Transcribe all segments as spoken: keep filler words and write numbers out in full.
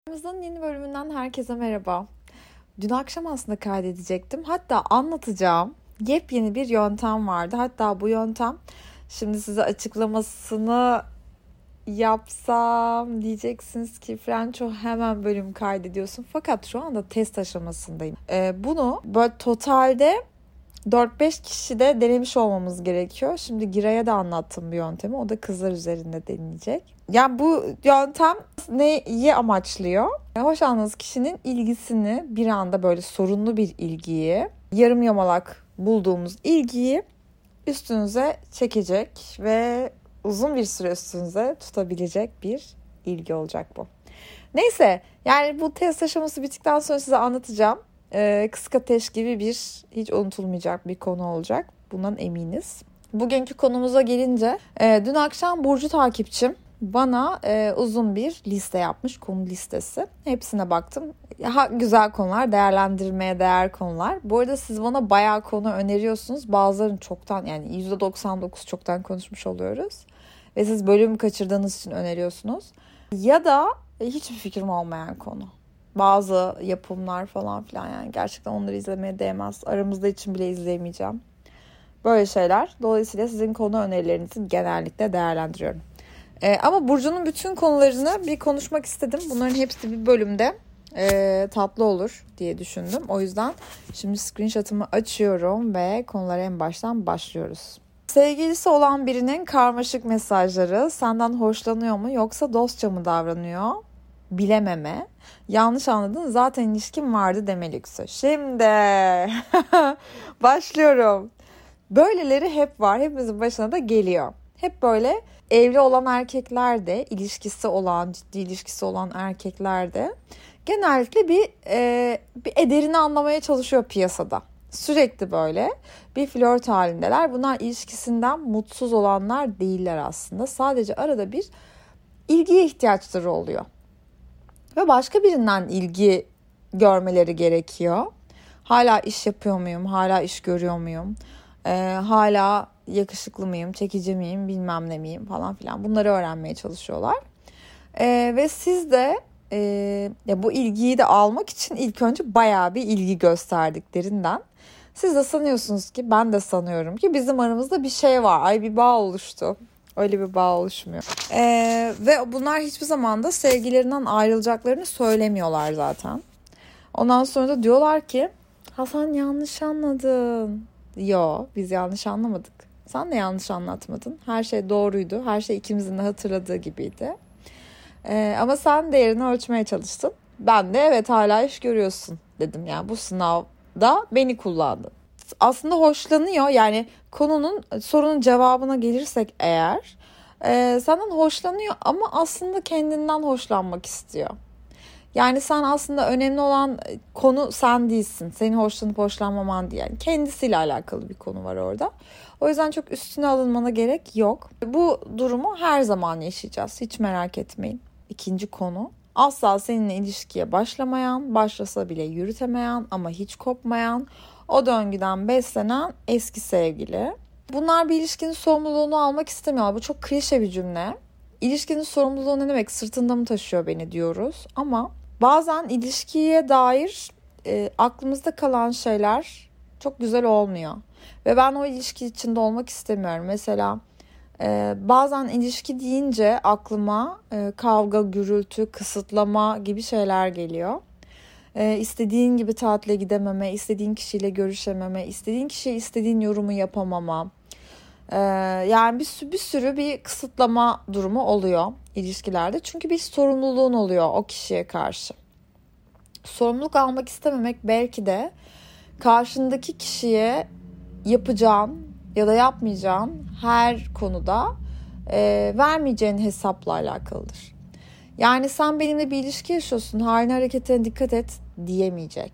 Videomuzun yeni bölümünden herkese merhaba. Dün akşam aslında kaydedecektim. Hatta anlatacağım yepyeni bir yöntem vardı. Hatta bu yöntem şimdi size açıklamasını yapsam diyeceksiniz ki Frenço hemen bölüm kaydediyorsun. Fakat şu anda test aşamasındayım. Ee, bunu böyle totalde dört beş kişide denemiş olmamız gerekiyor. Şimdi Giray'a da anlattım bu yöntemi. O da kızlar üzerinde deneyecek. Yani bu yöntem neyi amaçlıyor? Hoşlandığınız kişinin ilgisini bir anda böyle sorunlu bir ilgiyi, yarım yamalak bulduğumuz ilgiyi üstünüze çekecek ve uzun bir süre üstünüze tutabilecek bir ilgi olacak bu. Neyse, yani bu test aşaması bittikten sonra size anlatacağım. Ee, kısık ateş gibi bir hiç unutulmayacak bir konu olacak. Bundan eminiz. Bugünkü konumuza gelince e, dün akşam Burcu takipçim bana e, uzun bir liste yapmış, konu listesi. Hepsine baktım. Ha, güzel konular, değerlendirmeye değer konular. Bu arada siz bana bayağı konu öneriyorsunuz. Bazılarını çoktan, yani yüzde doksan dokuz çoktan konuşmuş oluyoruz. Ve siz bölüm kaçırdığınız için öneriyorsunuz. Ya da hiçbir fikrim olmayan konu. Bazı yapımlar falan filan, yani gerçekten onları izlemeye değmez. Aramızda için bile izleyemeyeceğim. Böyle şeyler. Dolayısıyla sizin konu önerilerinizi genellikle değerlendiriyorum. Ee, ama Burcu'nun bütün konularını bir konuşmak istedim. Bunların hepsi bir bölümde e, tatlı olur diye düşündüm. O yüzden şimdi screenshot'ımı açıyorum ve konulara en baştan başlıyoruz. Sevgilisi olan birinin karmaşık mesajları, senden hoşlanıyor mu yoksa dostça mı davranıyor? Bilememe, yanlış anladın, zaten ilişkim vardı deme lüksü. Şimdi başlıyorum. Böyleleri hep var, hepimizin başına da geliyor. Hep böyle evli olan erkekler de, ilişkisi olan, ciddi ilişkisi olan erkekler de genellikle bir, e, bir ederini anlamaya çalışıyor piyasada. Sürekli böyle bir flört halindeler. Bunlar ilişkisinden mutsuz olanlar değiller aslında. Sadece arada bir ilgiye ihtiyaçları oluyor. Ve başka birinden ilgi görmeleri gerekiyor. Hala iş yapıyor muyum? Hala iş görüyor muyum? Ee, hala yakışıklı mıyım? Çekici miyim? Bilmem ne miyim? Falan filan. Bunları öğrenmeye çalışıyorlar. Ee, ve siz de e, ya bu ilgiyi de almak için ilk önce bayağı bir ilgi gösterdiklerinden siz de sanıyorsunuz ki, ben de sanıyorum ki bizim aramızda bir şey var. Ay, bir bağ oluştu. Öyle bir bağ oluşmuyor. Ee, ve bunlar hiçbir zaman da sevgilerinden ayrılacaklarını söylemiyorlar zaten. Ondan sonra da diyorlar ki, Hasan yanlış anladın. Yo, biz yanlış anlamadık. Sen de yanlış anlatmadın. Her şey doğruydu. Her şey ikimizin de hatırladığı gibiydi. Ee, ama sen değerini ölçmeye çalıştın. Ben de evet hala iş görüyorsun dedim. Yani bu sınavda beni kullandın. Aslında hoşlanıyor, yani konunun, sorunun cevabına gelirsek eğer e, senden hoşlanıyor ama aslında kendinden hoşlanmak istiyor. Yani sen aslında önemli olan konu sen değilsin. Senin hoşlanıp hoşlanmaman değil. Yani kendisiyle alakalı bir konu var orada. O yüzden çok üstüne alınmana gerek yok. Bu durumu her zaman yaşayacağız. Hiç merak etmeyin. İkinci konu. Asla seninle ilişkiye başlamayan, başlasa bile yürütemeyen ama hiç kopmayan, o döngüden beslenen eski sevgili. Bunlar bir ilişkinin sorumluluğunu almak istemiyorlar. Bu çok klişe bir cümle. İlişkinin sorumluluğu ne demek? Sırtında mı taşıyor beni diyoruz. Ama bazen ilişkiye dair e, aklımızda kalan şeyler çok güzel olmuyor. Ve ben o ilişki içinde olmak istemiyorum. Mesela e, bazen ilişki deyince aklıma e, kavga, gürültü, kısıtlama gibi şeyler geliyor. E, istediğin gibi tatile gidememe, istediğin kişiyle görüşememe, istediğin kişiye istediğin yorumu yapamama. Ee, yani bir, bir sürü bir kısıtlama durumu oluyor ilişkilerde. Çünkü bir sorumluluğun oluyor o kişiye karşı. Sorumluluk almak istememek belki de karşındaki kişiye yapacağın ya da yapmayacağın her konuda e, vermeyeceğin hesapla alakalıdır. Yani sen benimle bir ilişki yaşıyorsun, haline hareketine dikkat et diyemeyecek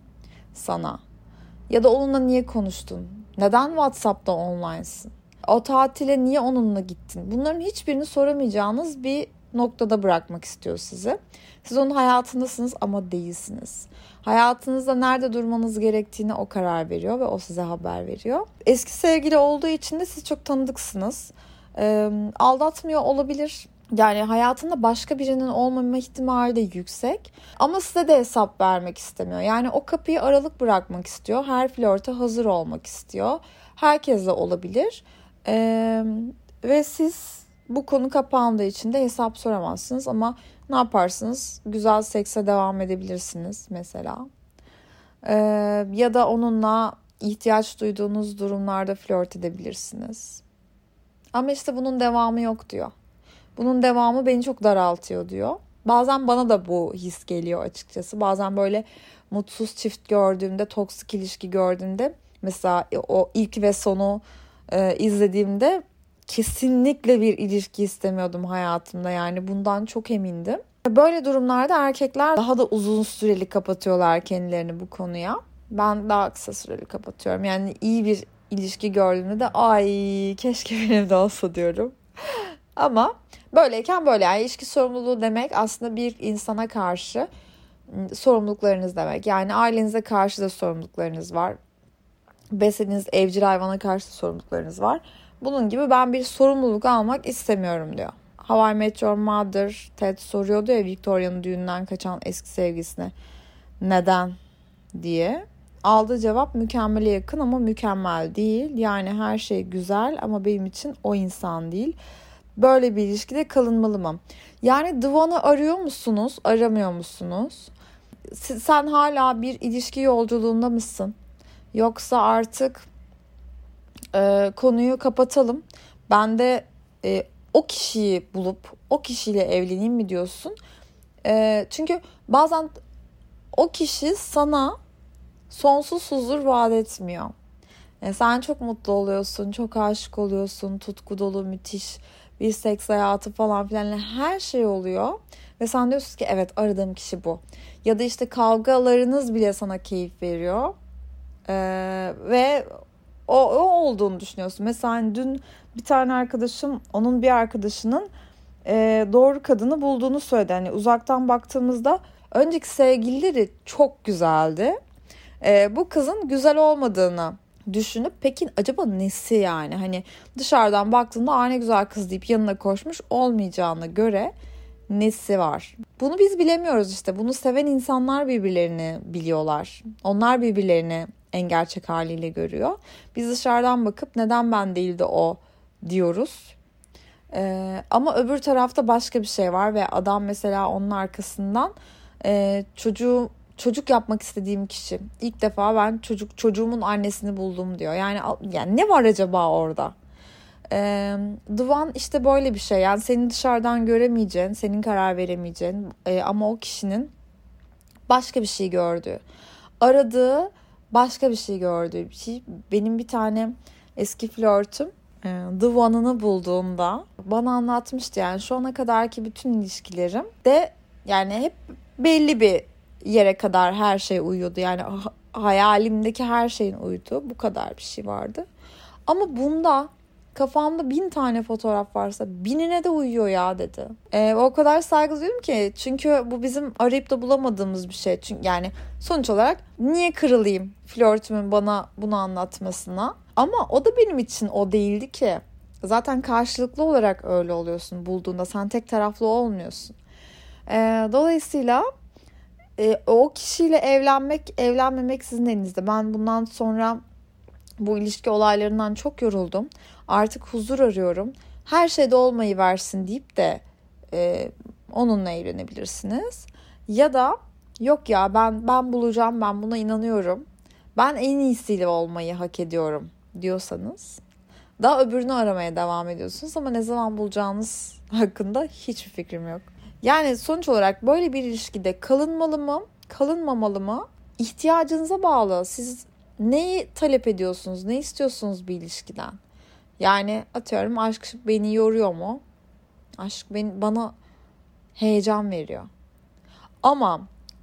sana. Ya da onunla niye konuştun? Neden WhatsApp'ta online'sın? O tatile niye onunla gittin? Bunların hiçbirini soramayacağınız bir noktada bırakmak istiyor sizi. Siz onun hayatındasınız ama değilsiniz. Hayatınızda nerede durmanız gerektiğini o karar veriyor ve o size haber veriyor. Eski sevgili olduğu için de siz çok tanıdıksınız. E, aldatmıyor olabilir. Yani hayatında başka birinin olmama ihtimali de yüksek. Ama size de hesap vermek istemiyor. Yani o kapıyı aralık bırakmak istiyor. Her flörte hazır olmak istiyor. Herkesle olabilir. Ee, ve siz bu konu kapandığı için de hesap soramazsınız. Ama ne yaparsınız? Güzel sekse devam edebilirsiniz mesela. Ee, ya da onunla ihtiyaç duyduğunuz durumlarda flört edebilirsiniz. Ama işte bunun devamı yok diyor. Bunun devamı beni çok daraltıyor diyor. Bazen bana da bu his geliyor açıkçası. Bazen böyle mutsuz çift gördüğümde, toksik ilişki gördüğümde, mesela o ilk ve sonu e, izlediğimde kesinlikle bir ilişki istemiyordum hayatımda. Yani bundan çok emindim. Böyle durumlarda erkekler daha da uzun süreli kapatıyorlar kendilerini bu konuya. Ben daha kısa süreli kapatıyorum. Yani iyi bir ilişki gördüğümde de ay keşke benim de olsa diyorum. Ama böyleyken böyle, yani ilişki sorumluluğu demek aslında bir insana karşı sorumluluklarınız demek. Yani ailenize karşı da sorumluluklarınız var. Beslediğiniz evcil hayvana karşı da sorumluluklarınız var. Bunun gibi ben bir sorumluluk almak istemiyorum diyor. How I Met Your Mother, Ted soruyordu ya Victoria'nın düğünden kaçan eski sevgilisine neden diye. Aldığı cevap mükemmele yakın ama mükemmel değil. Yani her şey güzel ama benim için o insan değil. Böyle bir ilişkide kalınmalı mı? Yani The One'ı arıyor musunuz, aramıyor musunuz? Sen hala bir ilişki yolculuğunda mısın? Yoksa artık e, konuyu kapatalım. Ben de e, o kişiyi bulup o kişiyle evleneyim mi diyorsun? E, çünkü bazen o kişi sana sonsuz huzur vaat etmiyor. Yani sen çok mutlu oluyorsun, çok aşık oluyorsun, tutku dolu, müthiş bir seks hayatı falan filan, yani her şey oluyor. Ve sen diyorsun ki evet, aradığım kişi bu. Ya da işte kavgalarınız bile sana keyif veriyor. Ee, ve o, o olduğunu düşünüyorsun. Mesela hani dün bir tane arkadaşım onun bir arkadaşının e, doğru kadını bulduğunu söyledi. Hani uzaktan baktığımızda önceki sevgilileri çok güzeldi. E, bu kızın güzel olmadığını düşünüp peki acaba nesi, yani hani dışarıdan baktığında aa ne güzel kız deyip yanına koşmuş olmayacağına göre nesi var? Bunu biz bilemiyoruz işte. Bunu seven insanlar birbirlerini biliyorlar. Onlar birbirlerini en gerçek haliyle görüyor. Biz dışarıdan bakıp neden ben değil de o diyoruz. Ee, ama öbür tarafta başka bir şey var ve adam mesela onun arkasından e, çocuğu çocuk yapmak istediğim kişi. İlk defa ben çocuk çocuğumun annesini buldum diyor. Yani yani ne var acaba orada? Ee, The One işte böyle bir şey. Yani senin dışarıdan göremeyeceğin, senin karar veremeyeceğin e, ama o kişinin başka bir şey gördüğü, aradığı başka bir şey gördüğü bir şey. Benim bir tane eski flörtüm e, The One'ını bulduğunda bana anlatmıştı. Yani şu ana kadarki bütün ilişkilerim de yani hep belli bir yere kadar her şey uyuyordu. Yani hayalimdeki her şeyin uyduğu bu kadar bir şey vardı. Ama bunda kafamda bin tane fotoğraf varsa binine de uyuyor ya dedi. Ee, o kadar saygı duyuyorum ki, çünkü bu bizim arayıp da bulamadığımız bir şey. Çünkü yani sonuç olarak niye kırılayım flörtümün bana bunu anlatmasına? Ama o da benim için o değildi ki. Zaten karşılıklı olarak öyle oluyorsun bulduğunda. Sen tek taraflı olmuyorsun. Ee, dolayısıyla e, o kişiyle evlenmek, evlenmemek sizin elinizde. Ben bundan sonra bu ilişki olaylarından çok yoruldum. Artık huzur arıyorum. Her şeyde olmayı versin deyip de e, onunla evlenebilirsiniz. Ya da yok ya ben ben bulacağım, ben buna inanıyorum. Ben en iyisiyle olmayı hak ediyorum diyorsanız daha öbürünü aramaya devam ediyorsunuz ama ne zaman bulacağınız hakkında hiçbir fikrim yok. Yani sonuç olarak böyle bir ilişkide kalınmalı mı, kalınmamalı mı? İhtiyacınıza bağlı. Siz neyi talep ediyorsunuz? Ne istiyorsunuz bir ilişkiden? Yani atıyorum, aşk beni yoruyor mu? Aşk beni, bana heyecan veriyor. Ama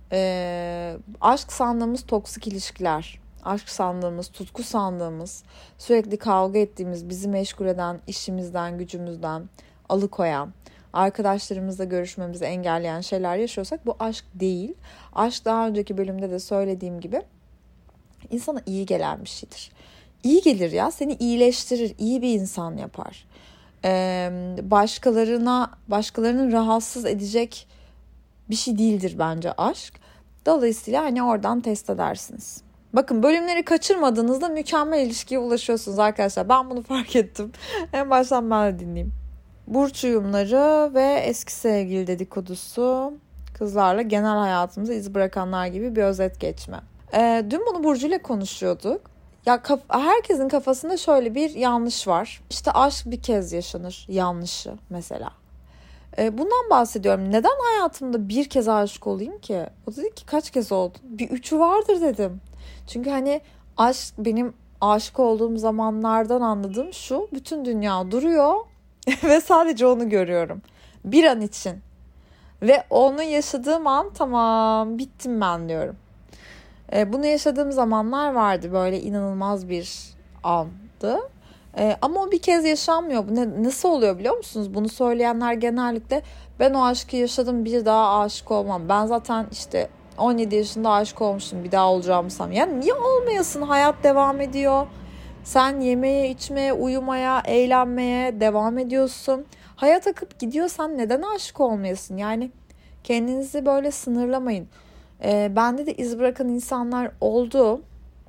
e, aşk sandığımız toksik ilişkiler, aşk sandığımız, tutku sandığımız, sürekli kavga ettiğimiz, bizi meşgul eden, işimizden, gücümüzden alıkoyan, arkadaşlarımızla görüşmemizi engelleyen şeyler yaşıyorsak bu aşk değil. Aşk, daha önceki bölümde de söylediğim gibi, insana iyi gelen bir şeydir. İyi gelir ya, seni iyileştirir, iyi bir insan yapar. Ee, başkalarına, başkalarının rahatsız edecek bir şey değildir bence aşk. Dolayısıyla hani oradan test edersiniz. Bakın, bölümleri kaçırmadığınızda mükemmel ilişkiye ulaşıyorsunuz arkadaşlar. Ben bunu fark ettim. En baştan ben de dinleyeyim. Burç uyumları ve eski sevgili dedikodusu, kızlarla genel hayatımıza iz bırakanlar gibi bir özet geçme. Ee, dün bunu Burcu ile konuşuyorduk. Ya kaf- herkesin kafasında şöyle bir yanlış var. İşte aşk bir kez yaşanır yanlışı mesela. Ee, bundan bahsediyorum. Neden hayatımda bir kez aşık olayım ki? O dedi ki kaç kez oldu? Bir üçü vardır dedim. Çünkü hani aşk, benim aşık olduğum zamanlardan anladığım şu: bütün dünya duruyor ve sadece onu görüyorum. Bir an için. Ve onu yaşadığım an tamam, bittim ben diyorum. E, bunu yaşadığım zamanlar vardı. Böyle inanılmaz bir andı. E, ama o bir kez yaşanmıyor. Bu ne, nasıl oluyor biliyor musunuz? Bunu söyleyenler genellikle ben o aşkı yaşadım, bir daha aşık olmam. Ben zaten işte on yedi yaşında aşık olmuştum, bir daha olacağımı sanmıyorum. Yani niye olmayasın? Hayat devam ediyor. Sen yemeye, içmeye, uyumaya, eğlenmeye devam ediyorsun. Hayat akıp gidiyor. Sen neden aşık olmayasın? Yani kendinizi böyle sınırlamayın. E, bende de iz bırakan insanlar oldu.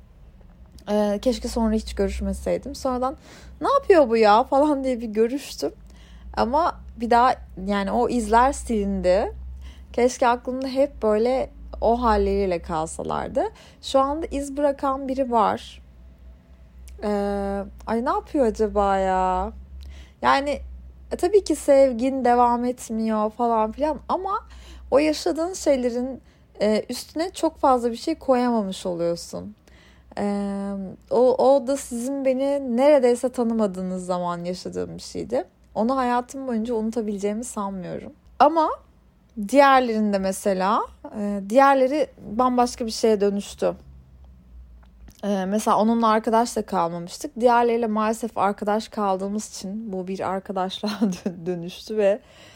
E, keşke sonra hiç görüşmeseydim. Sonradan ne yapıyor bu ya falan diye bir görüştüm. Ama bir daha yani o izler silindi. Keşke aklımda hep böyle o halleriyle kalsalardı. Şu anda iz bırakan biri var. Ee, ay ne yapıyor acaba ya? Yani e, tabii ki sevgin devam etmiyor falan filan ama o yaşadığın şeylerin e, üstüne çok fazla bir şey koyamamış oluyorsun. Ee, o, o da sizin beni neredeyse tanımadığınız zaman yaşadığım bir şeydi. Onu hayatım boyunca unutabileceğimi sanmıyorum. Ama diğerlerinde mesela e, diğerleri bambaşka bir şeye dönüştü. E, mesela onunla arkadaş da kalmamıştık. Diğerleriyle maalesef arkadaş kaldığımız için bu bir arkadaşlığa dönüştü ve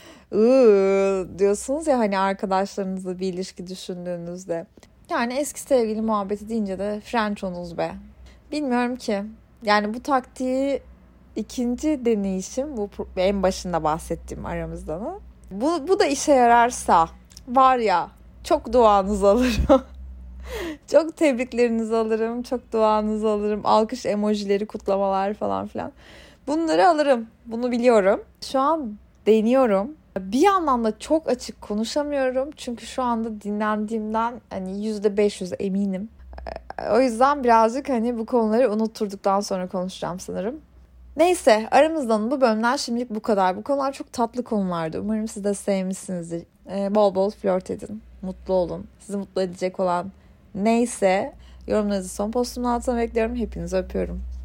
ıı, diyorsunuz ya hani arkadaşlarınızla bir ilişki düşündüğünüzde. Yani eski sevgili muhabbeti deyince de Frençonuz be. Bilmiyorum ki. Yani bu taktiği ikinci deneyişim, bu en başında bahsettiğim aramızdan o. Bu, bu da işe yararsa var ya, çok duanızı alırım. Çok tebriklerinizi alırım. Çok duanızı alırım. Alkış emojileri, kutlamalar falan filan. Bunları alırım. Bunu biliyorum. Şu an deniyorum. Bir yandan da çok açık konuşamıyorum. Çünkü şu anda dinlendiğimden hani yüzde beş yüz eminim. O yüzden birazcık hani bu konuları unutturduktan sonra konuşacağım sanırım. Neyse, aramızdan bu bölümler şimdilik bu kadar. Bu konular çok tatlı konulardı. Umarım siz de sevmişsinizdir. Ee, bol bol flört edin. Mutlu olun. Sizi mutlu edecek olan neyse yorumlarınızı son postumun altına bekliyorum. Hepinizi öpüyorum.